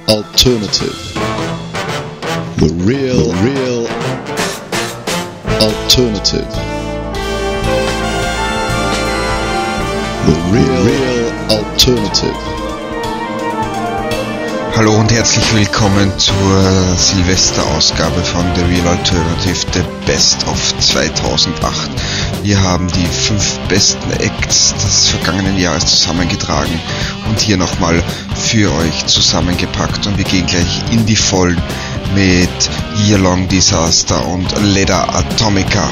alternative. The real alternative. The real alternative. Hallo und herzlich willkommen zur Silvesterausgabe von The Real Alternative, The Best of 2008. Wir haben die 5 besten Acts des vergangenen Jahres zusammengetragen und hier nochmal für euch zusammengepackt, und wir gehen gleich in die Vollen mit Year Long Disaster und Letter Atomica.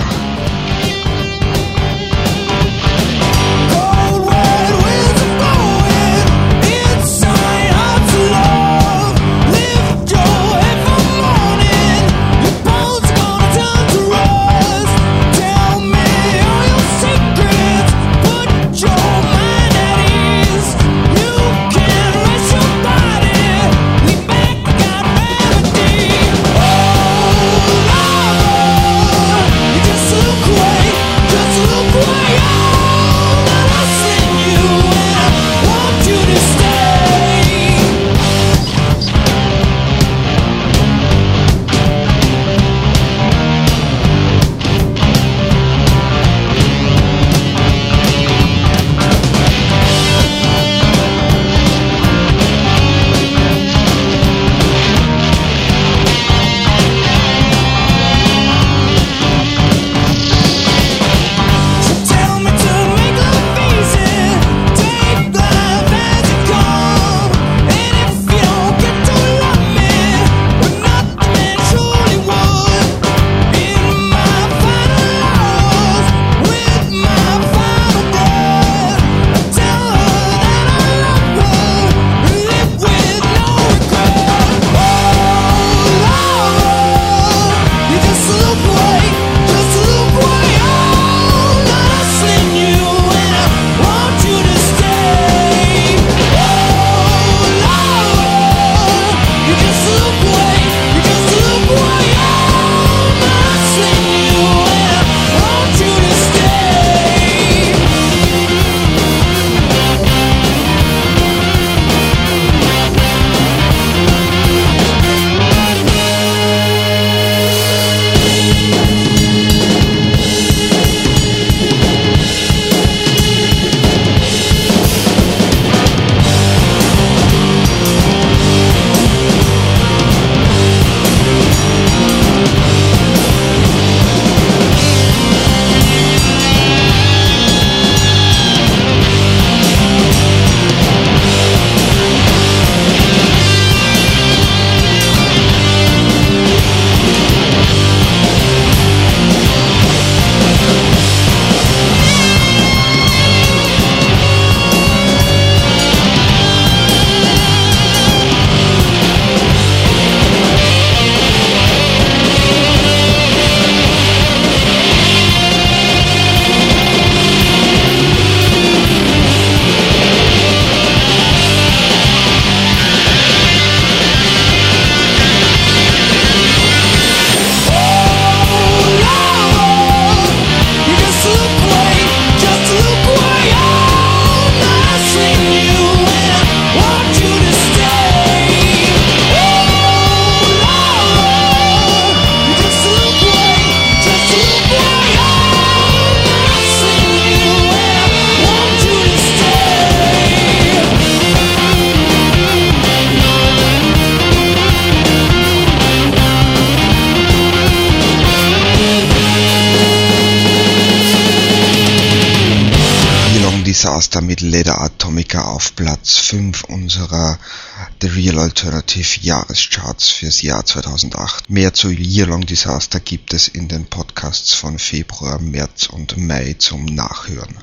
Disaster mit Letter Atomica auf Platz 5 unserer The Real Alternative Jahrescharts fürs Jahr 2008. Mehr zu Year Long Disaster gibt es in den Podcasts von Februar, März und Mai zum Nachhören.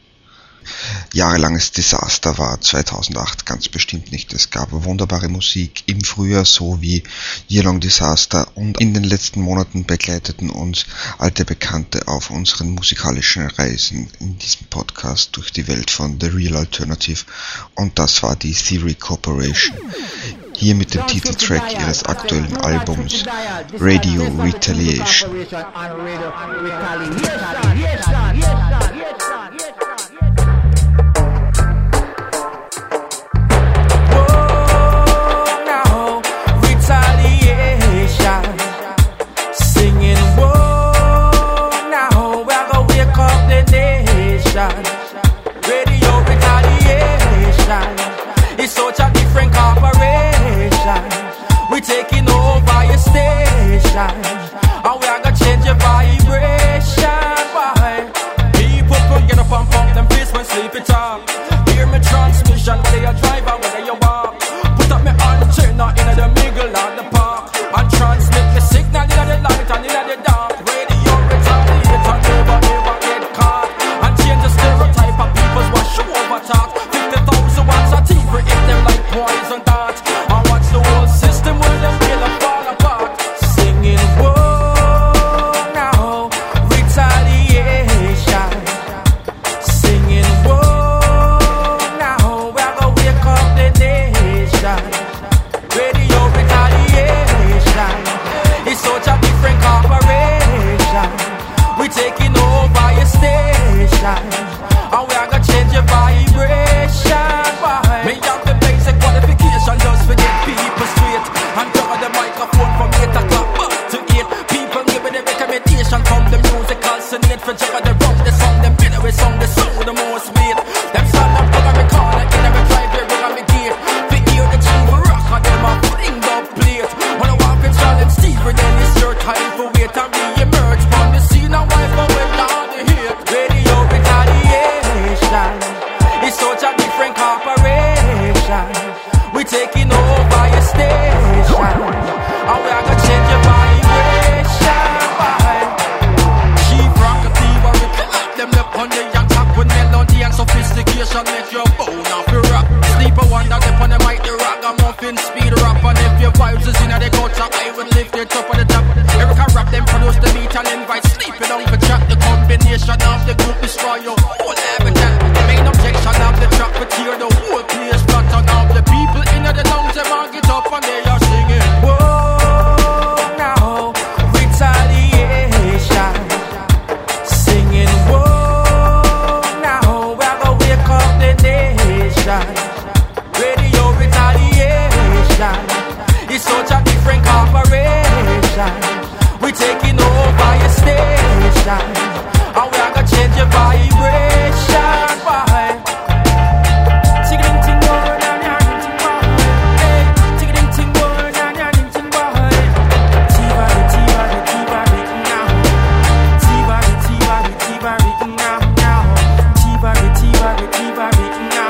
Jahrelanges Desaster war 2008 ganz bestimmt nicht. Es gab wunderbare Musik im Frühjahr, so wie Year Long Disaster, und in den letzten Monaten begleiteten uns alte Bekannte auf unseren musikalischen Reisen in diesem Podcast durch die Welt von The Real Alternative, und das war die Theory Corporation. Hier mit dem Titeltrack ihres aktuellen Albums Radio Retaliation. ragamuffin, speed rap. And if your vibes is in the culture, I will lift it up on the top. Erica rap them produce the beat and invite sleeping on the chat. The combination of the group destroy your whole habitat. Main objection of the track, but tear the whole place flat. And all the people in the lounge, they want get up and they are singing. Whoa, now, retaliation. Singing, whoa, now, we're gonna wake up the nation. Radio retaliation. It's such a different corporation. We taking over your station. And we are gonna change your vibration. Why? Ting ting boy, na na ting boy. Hey, ting ting boy, na na ting boy. Tiba now. Tiba now. Tiba now.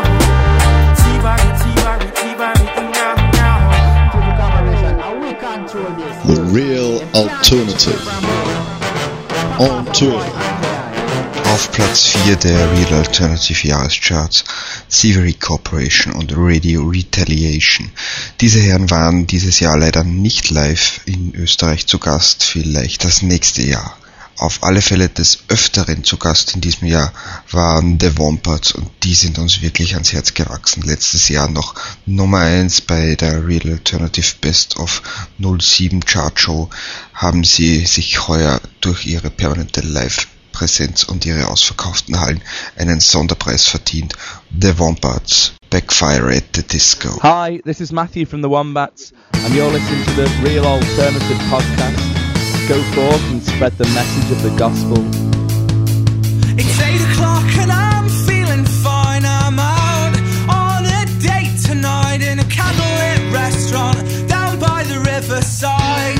The Real Alternative. On Tour. Auf Platz 4 der Real Alternative Jahrescharts Thievery Corporation und Radio Retaliation. Diese Herren waren dieses Jahr leider nicht live in Österreich zu Gast, vielleicht das nächste Jahr. Auf alle Fälle des Öfteren zu Gast in diesem Jahr waren The Wombats und die sind uns wirklich ans Herz gewachsen. Letztes Jahr noch Nummer 1 bei der Real Alternative Best of 07 Chart Show haben sie sich heuer durch ihre permanente Live-Präsenz und ihre ausverkauften Hallen einen Sonderpreis verdient. The Wombats, Backfire at the Disco. Hi, this is Matthew from The Wombats and you're listening to the Real Alternative podcast. Go forth and spread the message of the gospel. It's 8 o'clock and I'm feeling fine. I'm out on a date tonight in a candlelit restaurant down by the riverside.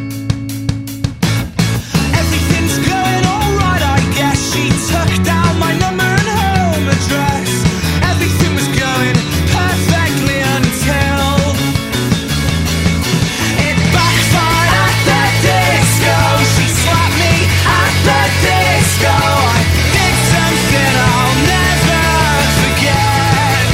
Everything's going alright, I guess. She took down my number and home address. Everything was going perfectly until it backfired at the disco. She slapped me at the disco. I did something I'll never forget.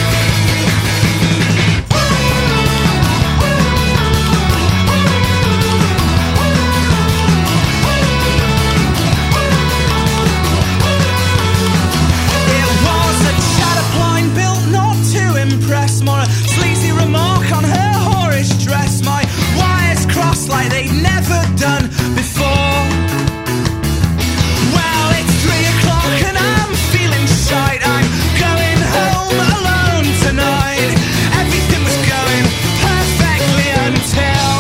It was a chatterpine built not to impress, more a sleazy remark on her whorish dress. My wires crossed like they'd never done before. Well, it's 3 o'clock and I'm feeling shite. I'm going home alone tonight. Everything was going perfectly until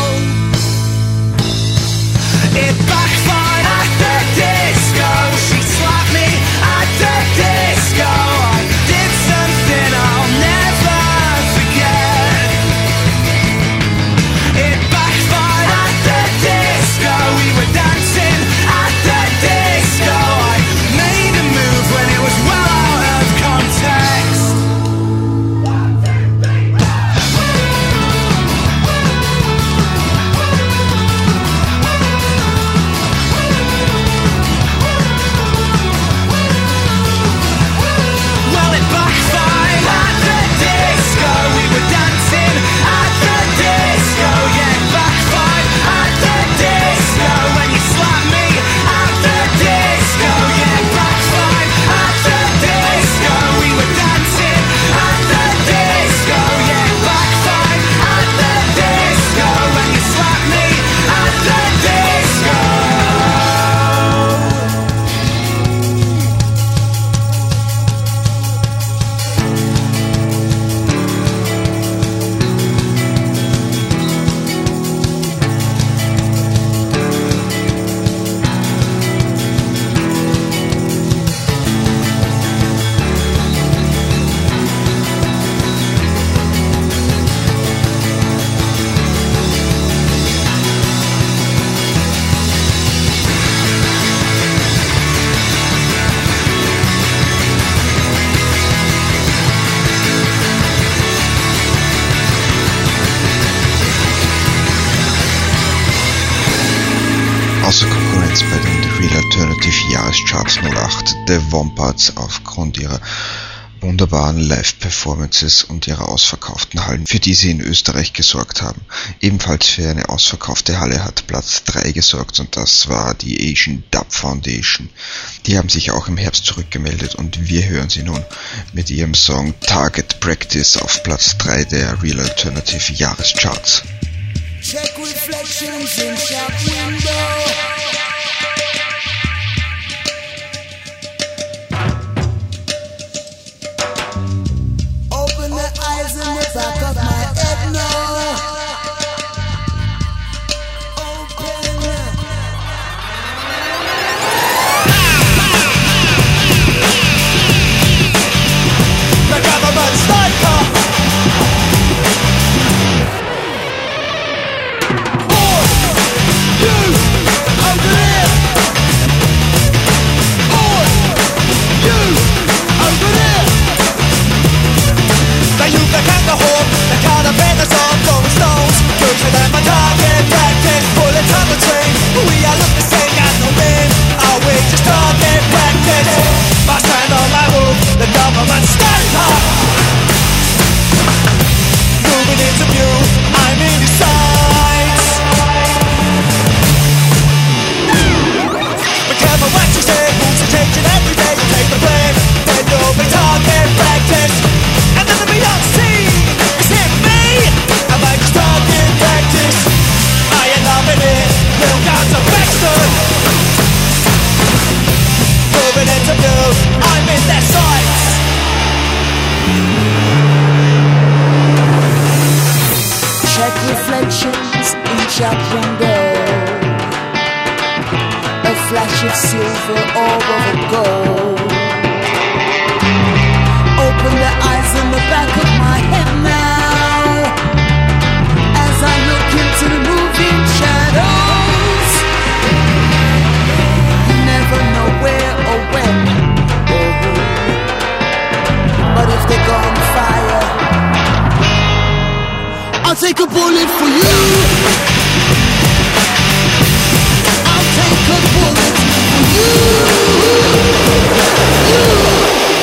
it backfired at the disco. She slapped me at the disco. I did something I'll never forget. It backfired at the disco. We were dancing at the disco. I made a move when it was well out of context. Well, it backfired at the disco. We were dancing at the disco. Yeah, it backfired at the disco. When you slapped me at the disco. Yeah, it backfired at the disco. We were dancing at the disco. Yeah, it backfired at the disco. When you slapped me at the disco. Außer Konkurrenz bei den Real Alternative Jahrescharts 08 The Wombats aufgrund ihrer wunderbaren Live-Performances und ihrer ausverkauften Hallen, für die sie in Österreich gesorgt haben. Ebenfalls für eine ausverkaufte Halle hat Platz 3 gesorgt und das war die Asian Dub Foundation. Die haben sich auch im Herbst zurückgemeldet und wir hören sie nun mit ihrem Song Target Practice auf Platz 3 der Real Alternative Jahrescharts. Check reflections in shop window. Open the eyes in the back of my head now. Open the government sniper. Reflections in shop window. A flash of silver orb of gold. Open the eyes in the back of my head now, as I look into the moving shadows. You never know where or when or who, but if they go on fire, I'll take a bullet for you. I'll take a bullet for you.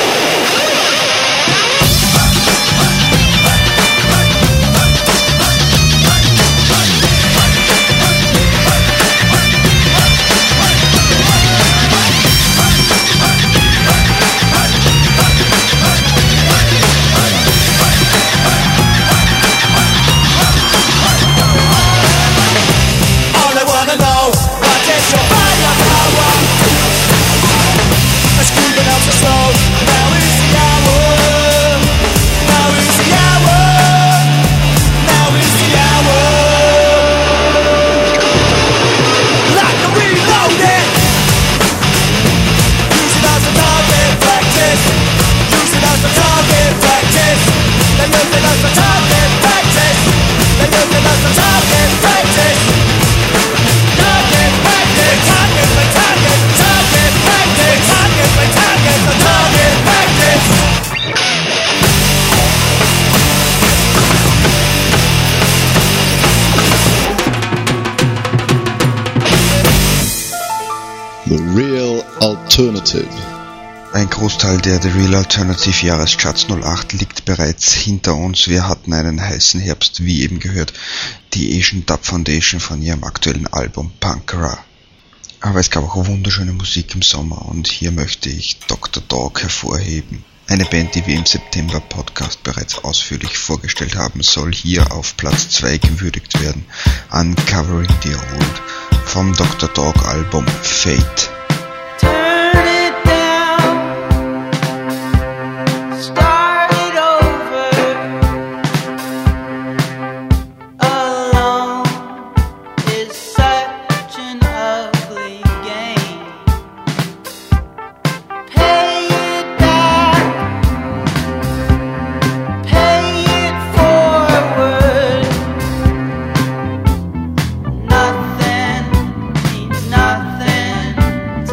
The Real Alternative. Ein Großteil der The Real Alternative Jahrescharts 08 liegt bereits hinter uns. Wir hatten einen heißen Herbst, wie eben gehört, die Asian Dub Foundation von ihrem aktuellen Album Punkera. Aber es gab auch wunderschöne Musik im Sommer und hier möchte ich Dr. Dog hervorheben. Eine Band, die wir im September Podcast bereits ausführlich vorgestellt haben, soll hier auf Platz 2 gewürdigt werden. Uncovering the Old vom Dr. Dog Album Fate. Nothing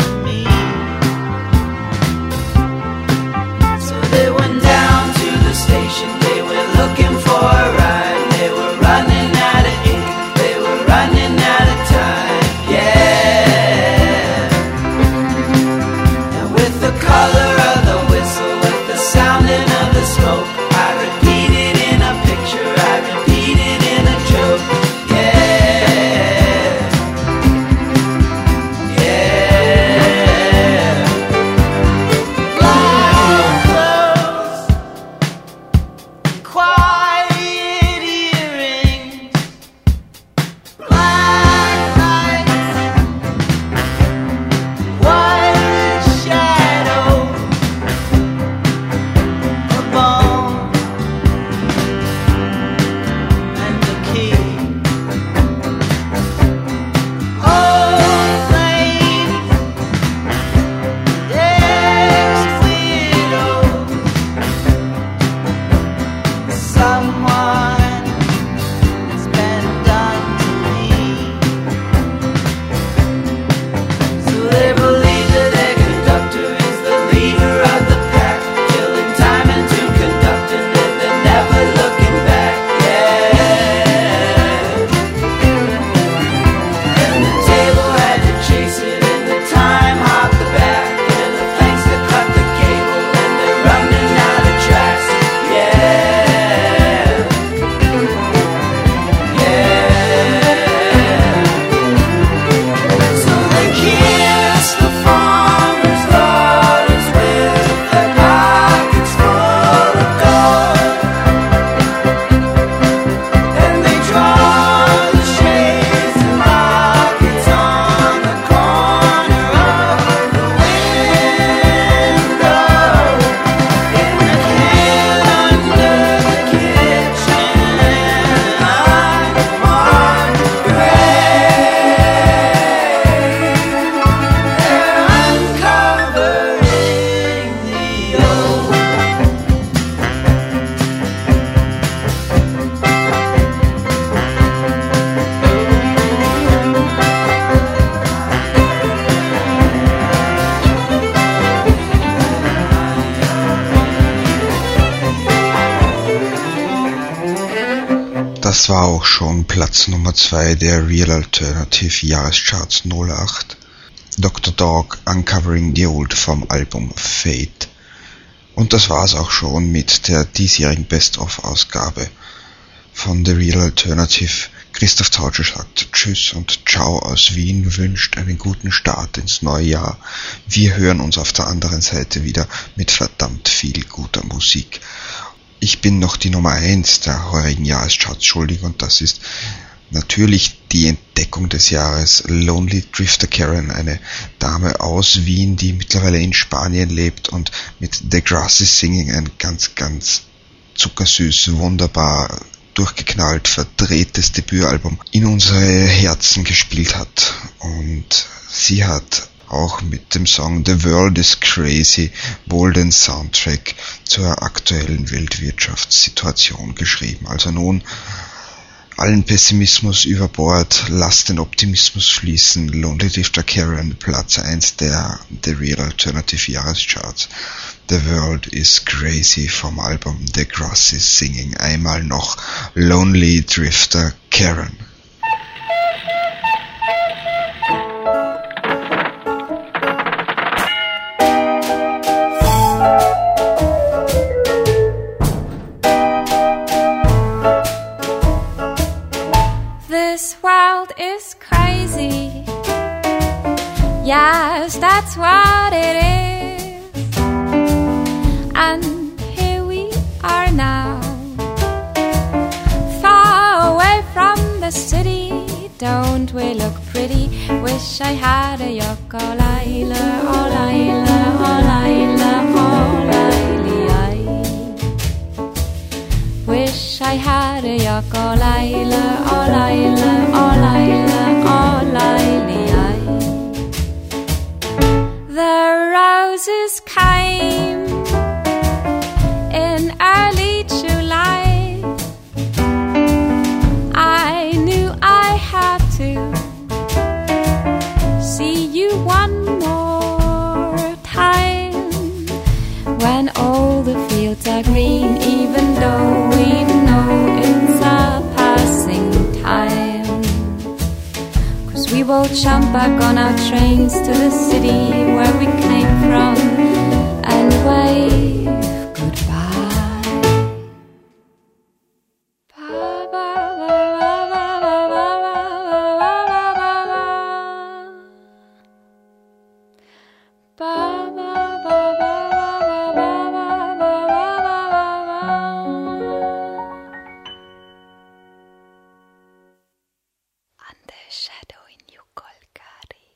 Das war auch schon Platz Nummer 2 der Real Alternative Jahrescharts 08. Dr. Dog Uncovering the Old vom Album Fate. Und das war's auch schon mit der diesjährigen Best-of-Ausgabe von The Real Alternative. Christoph Tautscher sagt Tschüss und Ciao aus Wien, wünscht einen guten Start ins neue Jahr. Wir hören uns auf der anderen Seite wieder mit verdammt viel guter Musik. Ich bin noch die Nummer 1 der heurigen Jahrescharts schuldig und das ist natürlich die Entdeckung des Jahres, Lonely Drifter Karen, eine Dame aus Wien, die mittlerweile in Spanien lebt und mit The Grass is Singing ein ganz, ganz zuckersüß, wunderbar durchgeknallt, verdrehtes Debütalbum in unsere Herzen gespielt hat. Und sie hat auch mit dem Song The World is Crazy wohl den Soundtrack zur aktuellen Weltwirtschaftssituation geschrieben. Also nun allen Pessimismus über Bord, lasst den Optimismus fließen. Lonely Drifter Karen, Platz 1 der The Real Alternative Jahrescharts. The World is Crazy vom Album The Grass is Singing. Einmal noch Lonely Drifter Karen. This world is crazy. Yes, that's what it is. And here we are now, far away from the city. Don't we look pretty? Wish I had a Yoko Laila, oh Laila, oh Laila, oh Laila. Wish I had a Yoko Laila, oh Laila, oh Laila, oh Laila. The roses came in early July. I knew I had to see you one more time. When all the fields are green, even though we know it's a passing time. 'Cause we will jump back on our trains to the city where we came from and wave goodbye. Ba, ba, ba, ba, ba, ba, ba, ba, ba, ba. Ba, ba, ba, ba, ba, ba, ba, ba, ba, ba. Under shadow in Yukolkari.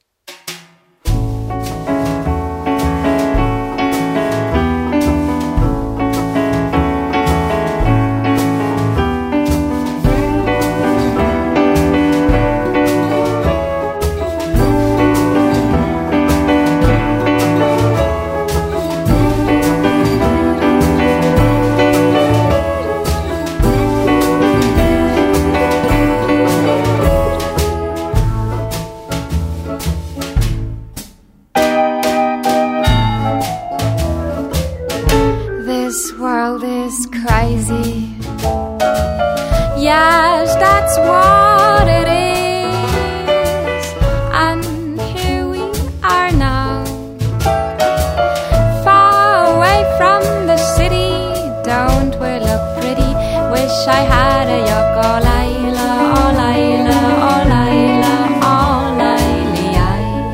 This world is crazy. Yes, that's what it is. And here we are now, far away from the city. Don't we look pretty? Wish I had a Yoko Laila, oh Laila, oh Laila, oh Laila.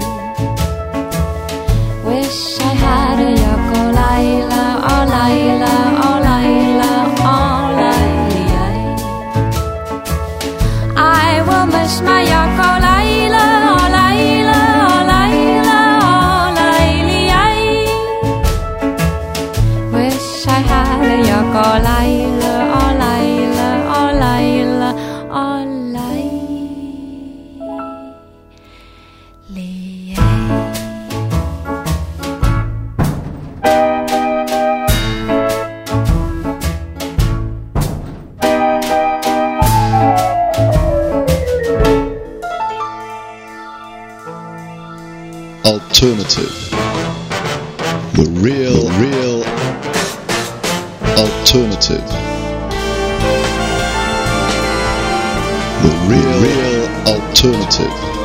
Wish I had a Yoko Laila, oh Laila, oh Laila, oh Laila. I will miss my Yoko Laila, oh Laila, oh Laila, oh Laila. Wish I had a Yoko Laila, oh Laila, oh Laila, oh Laila. Alternative. The real alternative. The real alternative.